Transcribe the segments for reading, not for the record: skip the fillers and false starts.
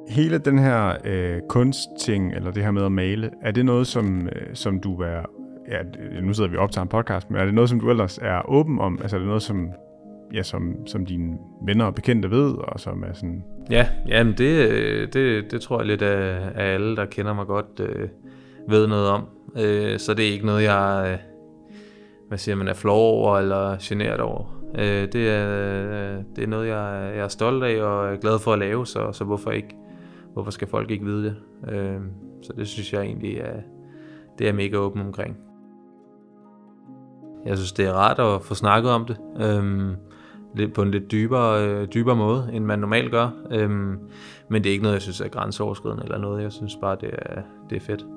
Hele den her kunstting, eller det her med at male, er det noget, som du er... Ja, nu sidder vi op til en podcast, men er det noget, som du ellers er åben om? Altså er det noget, som dine venner og bekendte ved, og som er sådan... Ja, jamen det tror jeg lidt af alle, der kender mig godt, ved noget om. Så det er ikke noget, jeg man er flov over eller generet over. Det er noget, jeg er stolt af og er glad for at lave, så hvorfor ikke? Hvorfor skal folk ikke vide det? Så det synes jeg egentlig det er mega åben omkring. Jeg synes, det er rart at få snakket om det. Lidt på en lidt dybere måde, end man normalt gør. Men det er ikke noget, jeg synes er grænseoverskridende eller noget. Jeg synes bare, det er fedt.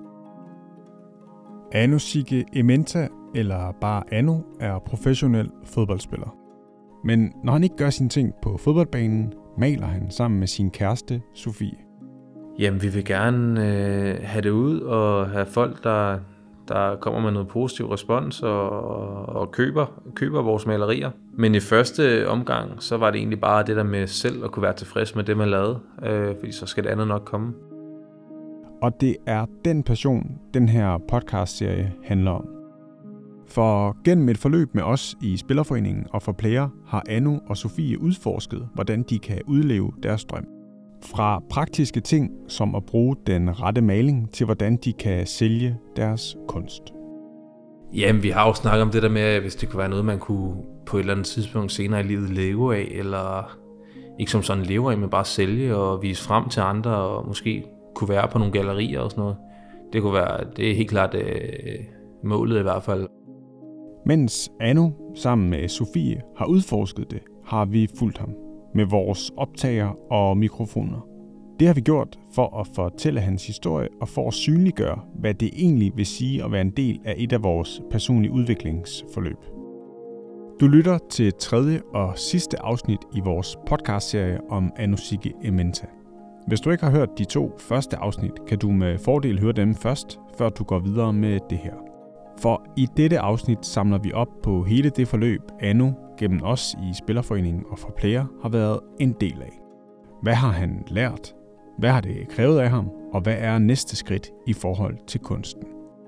Anu Sigge Ementa, eller bare Anu, er professionel fodboldspiller. Men når han ikke gør sine ting på fodboldbanen, maler han sammen med sin kæreste, Sofie. Jamen, vi vil gerne have det ud og have folk, der kommer med noget positiv respons og køber vores malerier. Men i første omgang, så var det egentlig bare det der med selv at kunne være tilfreds med det, man lavede. Fordi så skal det andet nok komme. Og det er den passion, den her podcastserie handler om. For gennem et forløb med os i Spillerforeningen og for Player har Anu og Sofie udforsket, hvordan de kan udleve deres drøm. Fra praktiske ting som at bruge den rette maling til hvordan de kan sælge deres kunst. Jamen, vi har jo snakket om det der med, hvis det kunne være noget, man kunne på et eller andet tidspunkt senere i livet leve af, eller ikke som sådan leve af, men bare sælge og vise frem til andre, og måske kunne være på nogle gallerier og sådan noget. Det er helt klart målet i hvert fald. Mens Anu sammen med Sofie har udforsket det, har vi fulgt ham med vores optager og mikrofoner. Det har vi gjort for at fortælle hans historie og for at synliggøre, hvad det egentlig vil sige at være en del af et af vores personlige udviklingsforløb. Du lytter til tredje og sidste afsnit i vores podcastserie om Anu Sigge Ementa. Hvis du ikke har hørt de 2 første afsnit, kan du med fordel høre dem først, før du går videre med det her. For i dette afsnit samler vi op på hele det forløb, Anu gennem os i Spillerforeningen og for Player har været en del af. Hvad har han lært? Hvad har det krævet af ham? Og hvad er næste skridt i forhold til kunsten?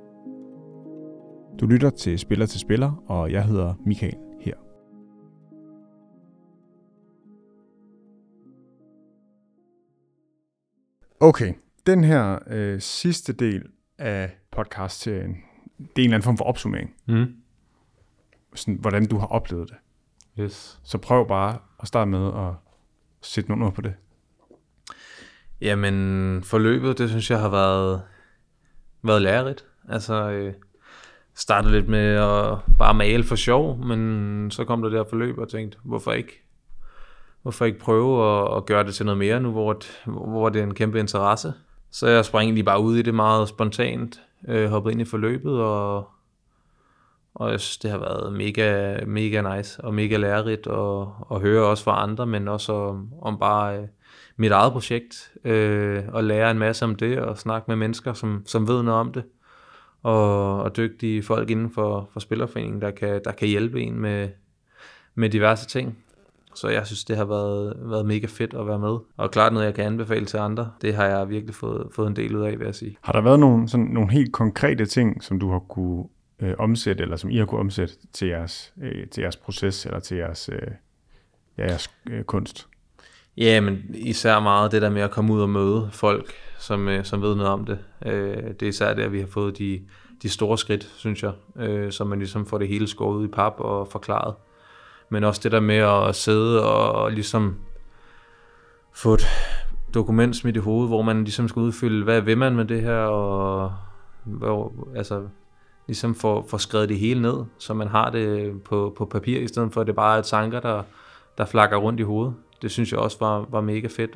Du lytter til Spiller til Spiller, og jeg hedder Michael her. Okay, den her sidste del af podcast-serien, det er en eller anden form for opsummering. Sådan, hvordan du har oplevet det. Yes. Så prøv bare at starte med at sætte nogle ord på det. Jamen, forløbet, det synes jeg har været lærerigt. Altså, startede lidt med at bare male for sjov, men så kom der der forløb og tænkte, hvorfor ikke prøve at gøre det til noget mere nu, hvor det er en kæmpe interesse. Så jeg sprang egentlig bare ud i det meget spontant, hoppede ind i forløbet, og jeg synes, det har været mega, mega nice og mega lærerigt at høre også fra andre, men også om bare mit eget projekt, og lære en masse om det, og snakke med mennesker, som ved noget om det, og dygtige folk inden for Spillerforeningen, der kan hjælpe en med diverse ting. Så jeg synes, det har været mega fedt at være med. Og klart noget, jeg kan anbefale til andre. Det har jeg virkelig fået en del ud af, vil jeg sige. Har der været nogle helt konkrete ting, som du har kunne omsætte, eller som I har kunne omsætte til jeres proces, eller til jeres kunst? Ja, men især meget det der med at komme ud og møde folk, som ved noget om det. Det er især der, vi har fået de store skridt, synes jeg. Så man ligesom får det hele skåret ud i pap og forklaret. Men også det der med at sidde og ligesom få et dokument smidt i hovedet, hvor man ligesom skal udfylde, hvad vil man med det her, og altså ligesom får skrevet det hele ned, så man har det på papir, i stedet for at det bare er tanker, der flakker rundt i hovedet. Det synes jeg også var mega fedt,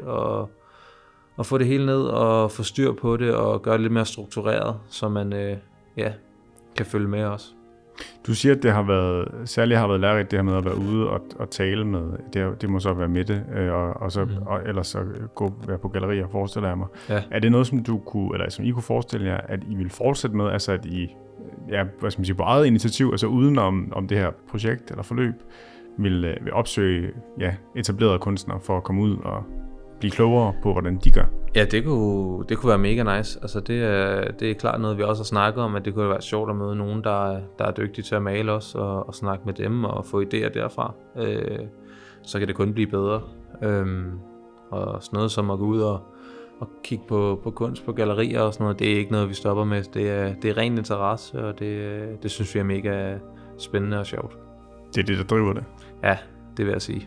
at få det hele ned og få styr på det, og gøre det lidt mere struktureret, så man kan følge med også. Du siger, at det har været lærerigt, det her med at være ude og tale med, det må så være Mette, og ellers så være på gallerier, forestiller jeg mig. Ja. Er det noget, som du kunne, eller som I kunne forestille jer, at I vil fortsætte med, altså at I, på eget initiativ, altså uden om det her projekt eller forløb, vil opsøge etablerede kunstnere for at komme ud og blive klogere på, hvordan de gør? Ja, det kunne være mega nice. Altså det er klart noget, vi også har snakket om, at det kunne være sjovt at møde nogen, der er dygtige til at male os, og snakke med dem og få idéer derfra. Så kan det kun blive bedre. Og sådan noget som at gå ud og kigge på kunst på gallerier og sådan noget, det er ikke noget, vi stopper med. Det er ren interesse, og det synes vi er mega spændende og sjovt. Det er det, der driver det? Ja, det vil jeg sige.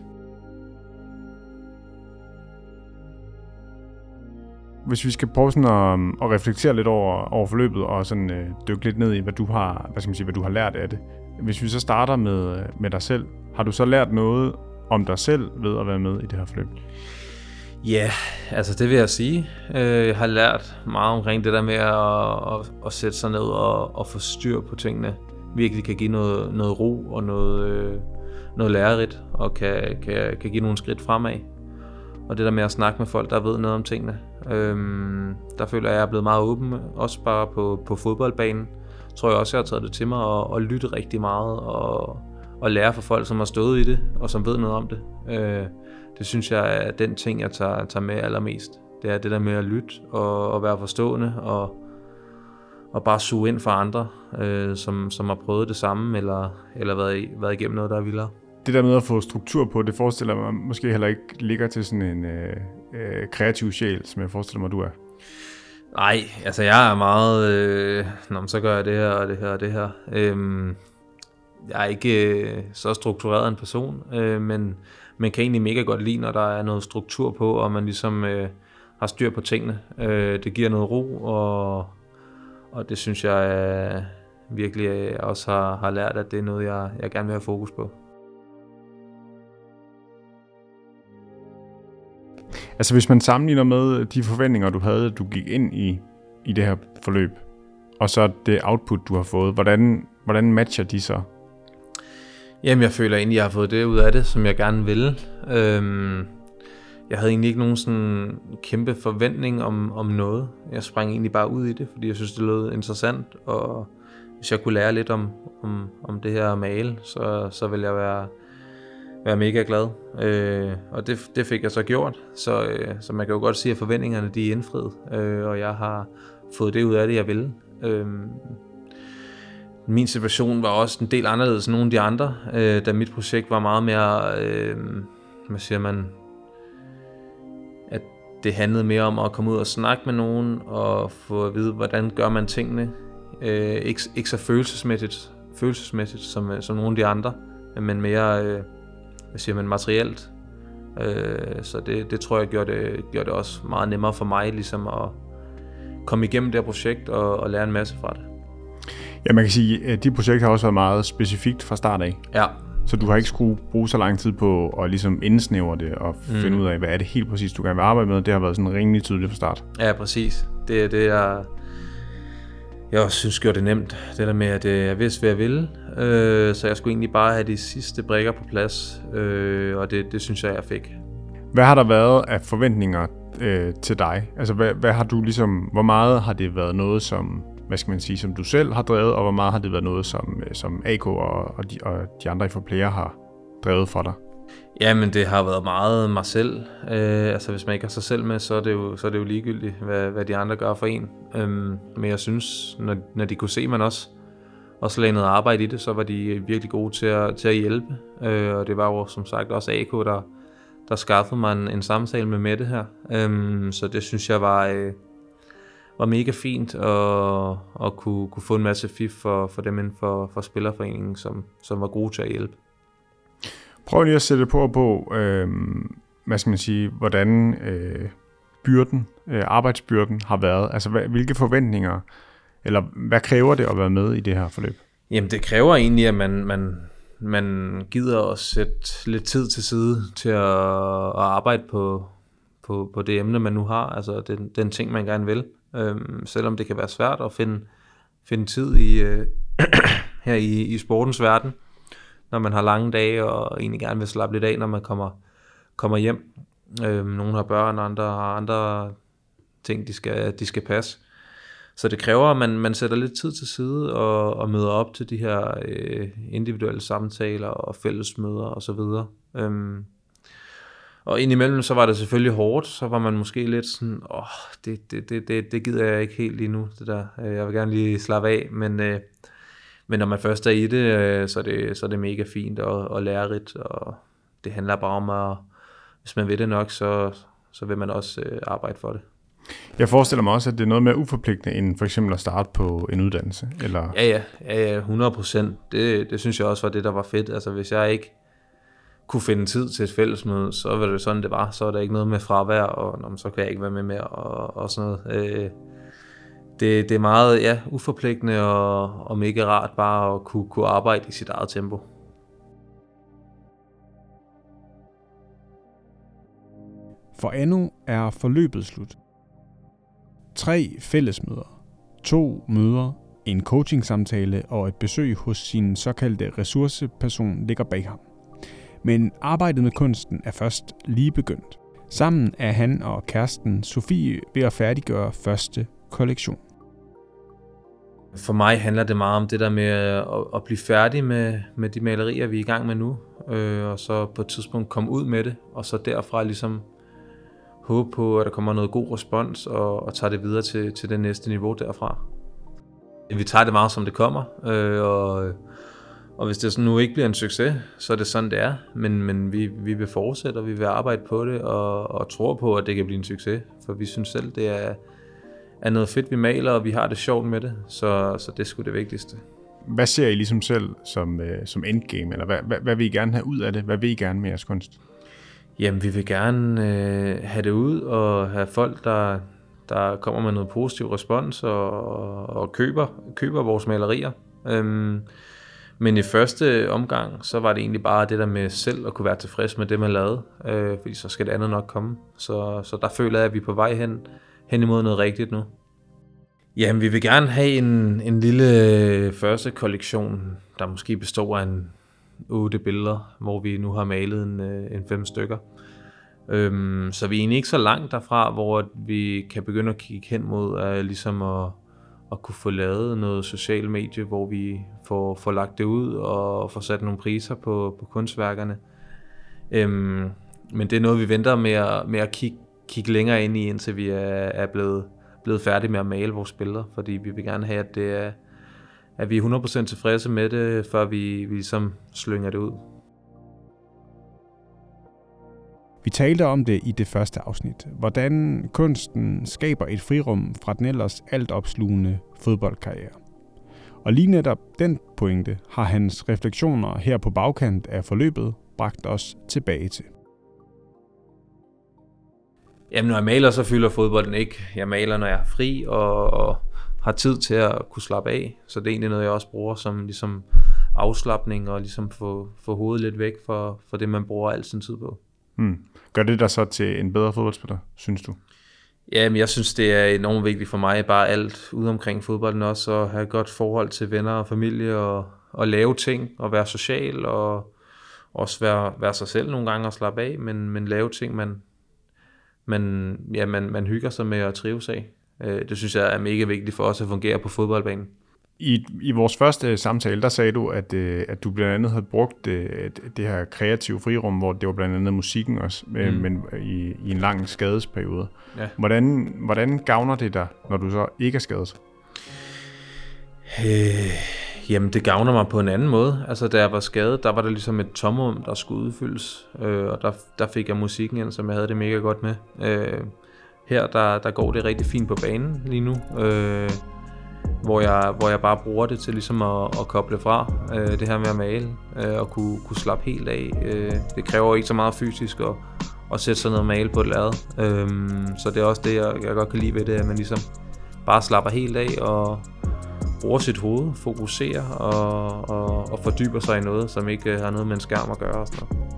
Hvis vi skal prøve sådan at reflektere lidt over forløbet og sådan dykke lidt ned i, hvad du har lært af det. Hvis vi så starter med dig selv, har du så lært noget om dig selv ved at være med i det her forløb? Ja, altså det vil jeg sige. Jeg har lært meget omkring det der med at sætte sig ned og få styr på tingene. Virkelig kan give noget ro og noget lærerigt, og kan give nogle skridt fremad. Og det der med at snakke med folk, der ved noget om tingene. Der føler jeg er blevet meget åben, også bare på fodboldbanen. Tror jeg også, jeg har taget det til mig og lytte rigtig meget og lære fra folk, som har stået i det og som ved noget om det. Det synes jeg er den ting, jeg tager med allermest. Det er det der med at lytte og være forstående og bare suge ind for andre, som har prøvet det samme eller været igennem noget, der er vildere. Det der med at få struktur på, det forestiller mig måske heller ikke ligger til sådan en kreativ sjæl, som jeg forestiller mig, du er. Nej, altså jeg er meget, så gør jeg det her og det her og det her. Jeg er ikke så struktureret en person, men kan egentlig mega godt lide, når der er noget struktur på, og man ligesom har styr på tingene. Det giver noget ro, og det synes jeg virkelig også har lært, at det er noget, jeg gerne vil have fokus på. Altså hvis man sammenligner med de forventninger, du havde, du gik ind i det her forløb, og så det output, du har fået, hvordan matcher de så? Jamen jeg føler egentlig, jeg har fået det ud af det, som jeg gerne ville. Jeg havde egentlig ikke nogen sådan kæmpe forventning om noget. Jeg sprang egentlig bare ud i det, fordi jeg synes, det lød interessant, og hvis jeg kunne lære lidt om det her male, så ville jeg være mega glad. Og det fik jeg så gjort, så man kan jo godt sige, at forventningerne de er indfriet, og jeg har fået det ud af det, jeg ville. Min situation var også en del anderledes end nogle af de andre, da mit projekt var meget mere, hvad siger man, at det handlede mere om at komme ud og snakke med nogen, og få at vide, hvordan gør man tingene. Ikke så følelsesmæssigt som nogle af de andre, men mere, hvad siger man, materielt. Så det tror jeg gjorde det også meget nemmere for mig, ligesom at komme igennem det her projekt og lære en masse fra det. Ja, man kan sige, at dit projekt har også været meget specifikt fra start af. Ja. Så du har ikke skulle bruge så lang tid på at ligesom indsnævre det og finde ud af, hvad er det helt præcis, du gerne vil arbejde med. Det har været sådan rimelig tydeligt fra start. Ja, præcis. Det er det, jeg også synes gjorde det nemt. Det der med, at jeg vidste, hvad jeg ville. Så jeg skulle egentlig bare have de sidste brikker på plads. Og det synes jeg fik. Hvad har der været af forventninger til dig? Altså, hvad har du ligesom, hvor meget har det været noget, som, hvad skal man sige, som du selv har drevet, og hvor meget har det været noget, som AK og de andre i Forplayer har drevet for dig? Jamen, det har været meget mig selv. Altså, hvis man ikke har sig selv med, så er det jo ligegyldigt, hvad de andre gør for en. Men jeg synes, når de kunne se, man også lagde noget arbejde i det, så var de virkelig gode til at hjælpe. Og det var jo som sagt også AK, der skaffede mig en samtale med Mette her. Så det synes jeg var mega fint at kunne få en masse fif for dem inden for Spillerforeningen, som var gode til at hjælpe. Prøv lige at sætte på, hvad skal man sige, hvordan arbejdsbyrden har været. Altså hvilke forventninger, eller hvad kræver det at være med i det her forløb? Jamen det kræver egentlig, at man gider at sætte lidt tid til side til at arbejde på det emne, man nu har. Altså den ting, man gerne vil. Selvom det kan være svært at finde tid her i sportens verden, når man har lange dage og egentlig gerne vil slappe lidt af, når man kommer hjem. Nogle har børn, andre har andre ting, de skal passe. Så det kræver, at man sætter lidt tid til side og møder op til de her individuelle samtaler og fællesmøder osv. Og indimellem, så var det selvfølgelig hårdt, så var man måske lidt sådan, det gider jeg ikke helt lige nu, det der. Jeg vil gerne lige slappe af, men når man først er i det, så er det mega fint og lærerigt, og det handler bare om, at hvis man ved det nok, så vil man også arbejde for det. Jeg forestiller mig også, at det er noget mere uforpligtende, end for eksempel at starte på en uddannelse, eller? Ja, 100%. Det synes jeg også var det, der var fedt. Altså, hvis jeg ikke kunne finde tid til et fællesmøde, så var det sådan, det var. Så er der ikke noget med fravær, og så kan jeg ikke være med mere, og sådan noget. Det er meget uforpligtende og mega rart bare at kunne arbejde i sit eget tempo. For Anu er forløbet slut. 3 fællesmøder, 2 møder, en coachingsamtale og et besøg hos sin såkaldte ressourceperson ligger bag ham. Men arbejdet med kunsten er først lige begyndt. Sammen er han og kæresten Sofie ved at færdiggøre første kollektion. For mig handler det meget om det der med at blive færdig med de malerier, vi er i gang med nu, og så på et tidspunkt komme ud med det, og så derfra ligesom håbe på, at der kommer noget god respons, og tager det videre til det næste niveau derfra. Vi tager det meget, som det kommer, og hvis det nu ikke bliver en succes, så er det sådan, det er. Men vi vil fortsætte, og vi vil arbejde på det, og tror på, at det kan blive en succes. For vi synes selv, det er noget fedt, vi maler, og vi har det sjovt med det, så det er sgu det vigtigste. Hvad ser I ligesom selv som endgame, eller hvad vil I gerne have ud af det? Hvad vil I gerne med jeres kunst? Jamen, vi vil gerne have det ud, og have folk, der kommer med noget positiv respons, og køber vores malerier. Men i første omgang, så var det egentlig bare det der med selv at kunne være tilfreds med det, man lavede, fordi så skal det andet nok komme. Så der føler jeg, at vi er på vej hen imod noget rigtigt nu. Jamen, vi vil gerne have en lille første kollektion, der måske består af 8 billeder, hvor vi nu har malet en 5 stykker. Så vi er egentlig ikke så langt derfra, hvor vi kan begynde at kigge hen mod ligesom at kunne få lavet noget social medie, hvor vi får lagt det ud og får sat nogle priser på kunstværkerne. Men det er noget, vi venter med at kigge længere ind i, indtil vi er blevet færdige med at male vores billeder, fordi vi vil gerne have, at vi er 100% tilfredse med det, før vi ligesom slynger det ud. Vi talte om det i det første afsnit, hvordan kunsten skaber et frirum fra den ellers altopslugende fodboldkarriere. Og lige netop den pointe har hans refleksioner her på bagkant af forløbet bragt os tilbage til. Jamen, når jeg maler, så fylder fodbolden ikke. Jeg maler, når jeg er fri og har tid til at kunne slappe af. Så det er egentlig noget, jeg også bruger som ligesom afslapning og ligesom få hovedet lidt væk for det, man bruger al sin tid på. Gør det dig så til en bedre fodboldspiller, synes du? Jamen, jeg synes, det er enormt vigtigt for mig, bare alt ude omkring fodbolden også, at have et godt forhold til venner og familie, og lave ting, og være social, og også være sig selv nogle gange og slappe af, men lave ting, man hygger sig med at trives af. Det synes jeg er mega vigtigt for os at fungere på fodboldbanen. I vores første samtale, der sagde du, at du blandt andet havde brugt det her kreative frirum, hvor det var blandt andet musikken også, men i en lang skadesperiode. Ja. Hvordan gavner det dig, når du så ikke er skadet? Jamen, det gavner mig på en anden måde. Altså, da jeg var skadet, der var der ligesom et tomrum, der skulle udfyldes, og der fik jeg musikken ind, som jeg havde det mega godt med. Her, der går det rigtig fint på banen lige nu. Hvor jeg bare bruger det til ligesom at koble fra det her med at male og kunne slappe helt af. Det kræver ikke så meget fysisk at sætte sig ned og male på et lærred. Så det er også det, jeg godt kan lide ved det, at man ligesom bare slapper helt af og bruger sit hoved, fokuserer og fordyber sig i noget, som ikke har noget med en skærm at gøre. Og sådan noget.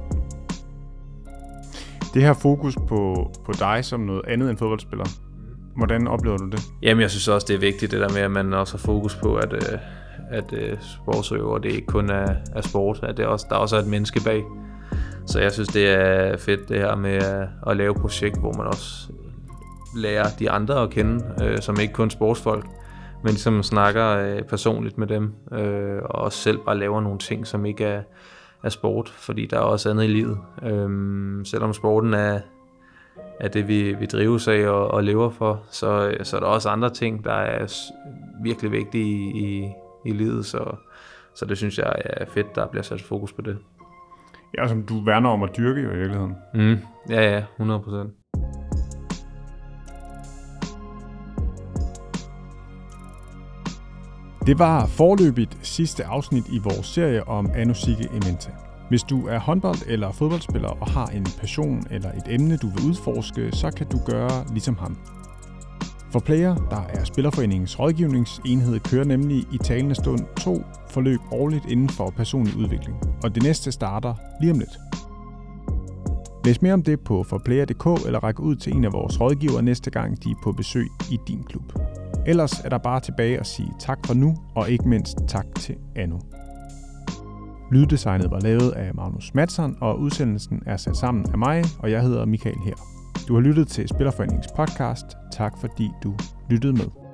Det her fokus på dig som noget andet end fodboldspiller, hvordan oplever du det? Jamen, jeg synes også, det er vigtigt, det der med, at man også har fokus på, at sportsøver, det ikke kun er sport, at der også er et menneske bag. Så jeg synes, det er fedt, det her med at lave et projekt, hvor man også lærer de andre at kende, som ikke kun sportsfolk, men som snakker personligt med dem, og også selv bare laver nogle ting, som ikke af sport, fordi der er også andet i livet. Selvom sporten er det, vi drives af og lever for, så er der også andre ting, der er virkelig vigtige i livet, så det synes jeg er fedt, der bliver sat fokus på det. Ja, som du værner om at dyrke jo i virkeligheden. Ja, 100%. Det var foreløbigt sidste afsnit i vores serie om Anno Sigge Emente. Hvis du er håndbold- eller fodboldspiller og har en passion eller et emne, du vil udforske, så kan du gøre ligesom ham. For Player, der er Spillerforeningens rådgivningsenhed, kører nemlig i talende stund 2 forløb årligt inden for personlig udvikling, og det næste starter lige om lidt. Læs mere om det på forplayer.dk eller ræk ud til en af vores rådgivere næste gang, de er på besøg i din klub. Ellers er der bare tilbage at sige tak for nu, og ikke mindst tak til Anno. Lyddesignet var lavet af Magnus Madsson, og udsendelsen er sat sammen af mig, og jeg hedder Michael her. Du har lyttet til Spillerforeningens podcast. Tak fordi du lyttede med.